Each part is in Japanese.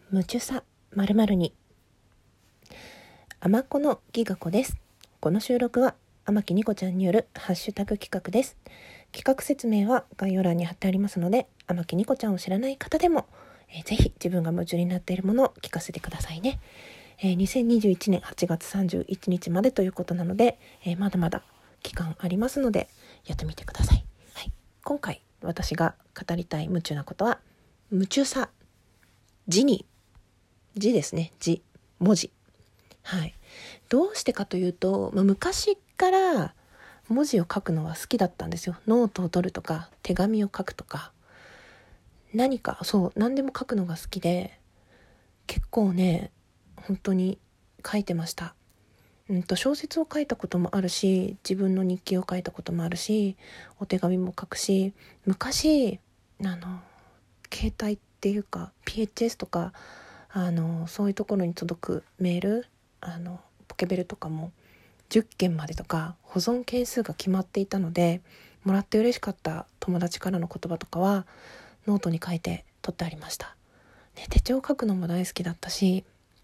夢中さ〇〇に。あまこのギガ子です。この収録は天木ニコちゃんによるハッシュタグ企画です。企画説明は概要欄に貼ってありますので、天木ニコちゃんを知らない方でも、ぜひ自分が夢中になっているものを聞かせてくださいね。2021年8月31日までということなので、まだまだ期間ありますのでやってみてください。はい、今回私が語りたい夢中なことは夢中さ。字ですね。文字。はい。どうしてかというと、昔から文字を書くのは好きだったんですよ。ノートを取るとか、手紙を書くとか、何でも書くのが好きで、結構ね、本当に書いてました。小説を書いたこともあるし、自分の日記を書いたこともあるし、お手紙も書くし、昔、携帯っていうか、PHS とか、そういうところに届くメール、ポケベルとかも10件までとか保存件数が決まっていたので、もらって嬉しかった友達からの言葉とかはノートに書いて取ってありました、手帳を書くのも大好きだったし、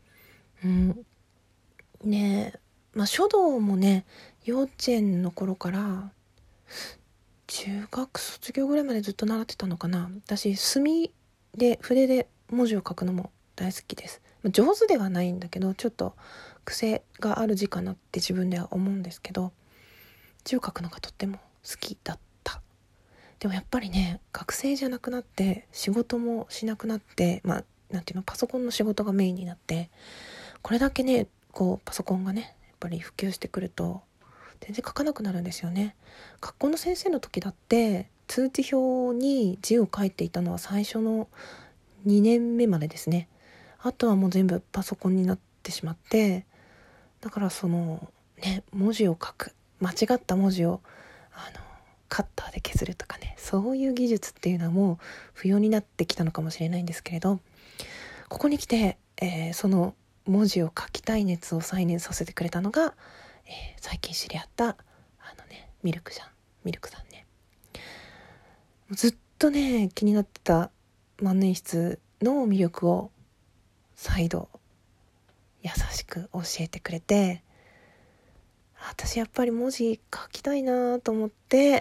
書道もね、幼稚園の頃から中学卒業ぐらいまでずっと習ってたのかな。私筆で文字を書くのも大好きです。上手ではないんだけど、ちょっと癖がある字かなって自分では思うんですけど、字を書くのがとっても好きだった。でもやっぱりね、学生じゃなくなって仕事もしなくなって、パソコンの仕事がメインになって、これだけね、パソコンがねやっぱり普及してくると全然書かなくなるんですよね。学校の先生の時だって通知表に字を書いていたのは最初の2年目までですね。あとはもう全部パソコンになってしまって、だから文字を書く、間違った文字をカッターで削るとかね、そういう技術っていうのはもう不要になってきたのかもしれないんですけれど、ここに来て、その文字を書きたい熱を再燃させてくれたのが、最近知り合ったミルクさんね。ずっとね気になってた万年筆の魅力を再度優しく教えてくれて、私やっぱり文字書きたいなと思って、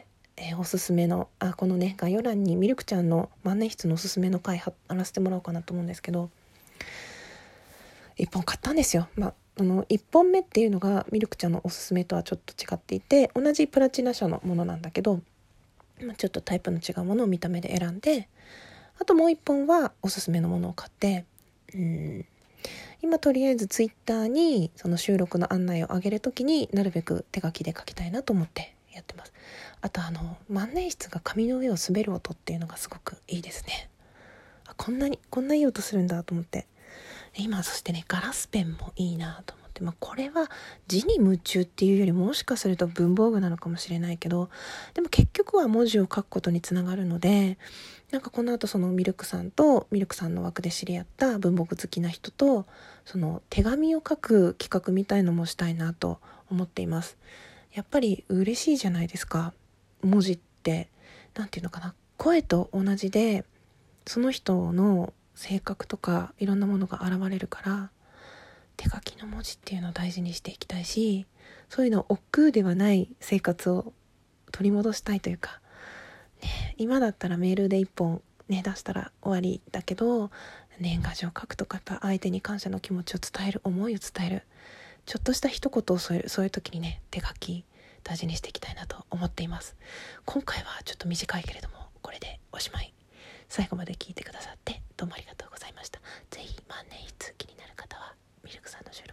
おすすめのこのね概要欄にミルクちゃんの万年筆のおすすめの回貼らせてもらおうかなと思うんですけど、1本買ったんですよ。1本目っていうのがミルクちゃんのおすすめとはちょっと違っていて、同じプラチナ社のものなんだけど、ちょっとタイプの違うものを見た目で選んで、あともう1本はおすすめのものを買って、今とりあえずツイッターにその収録の案内を上げるときになるべく手書きで書きたいなと思ってやってます。あと万年筆が紙の上を滑る音っていうのがすごくいいですね。こんないい音するんだと思って。今そしてね、ガラスペンもいいなと思って、これは字に夢中っていうよりもしかすると文房具なのかもしれないけど、でも結局は文字を書くことにつながるので、この後そのミルクさんの枠で知り合った文房具好きな人とその手紙を書く企画みたいのもしたいなと思っています。やっぱり嬉しいじゃないですか。文字って声と同じで、その人の性格とかいろんなものが現れるから、手書きの文字っていうのを大事にしていきたいし、そういうの億劫ではない生活を取り戻したいというか、今だったらメールで1本出したら終わりだけど、年賀状を書くとか、やっぱ相手に感謝の気持ちを伝える、思いを伝える、ちょっとした一言を添える、そういう時に手書き大事にしていきたいなと思っています。今回はちょっと短いけれどもこれでおしまい。最後まで聞いてくださってどうもありがとうございました。ぜひ万年筆気になる方はミルクさんの収録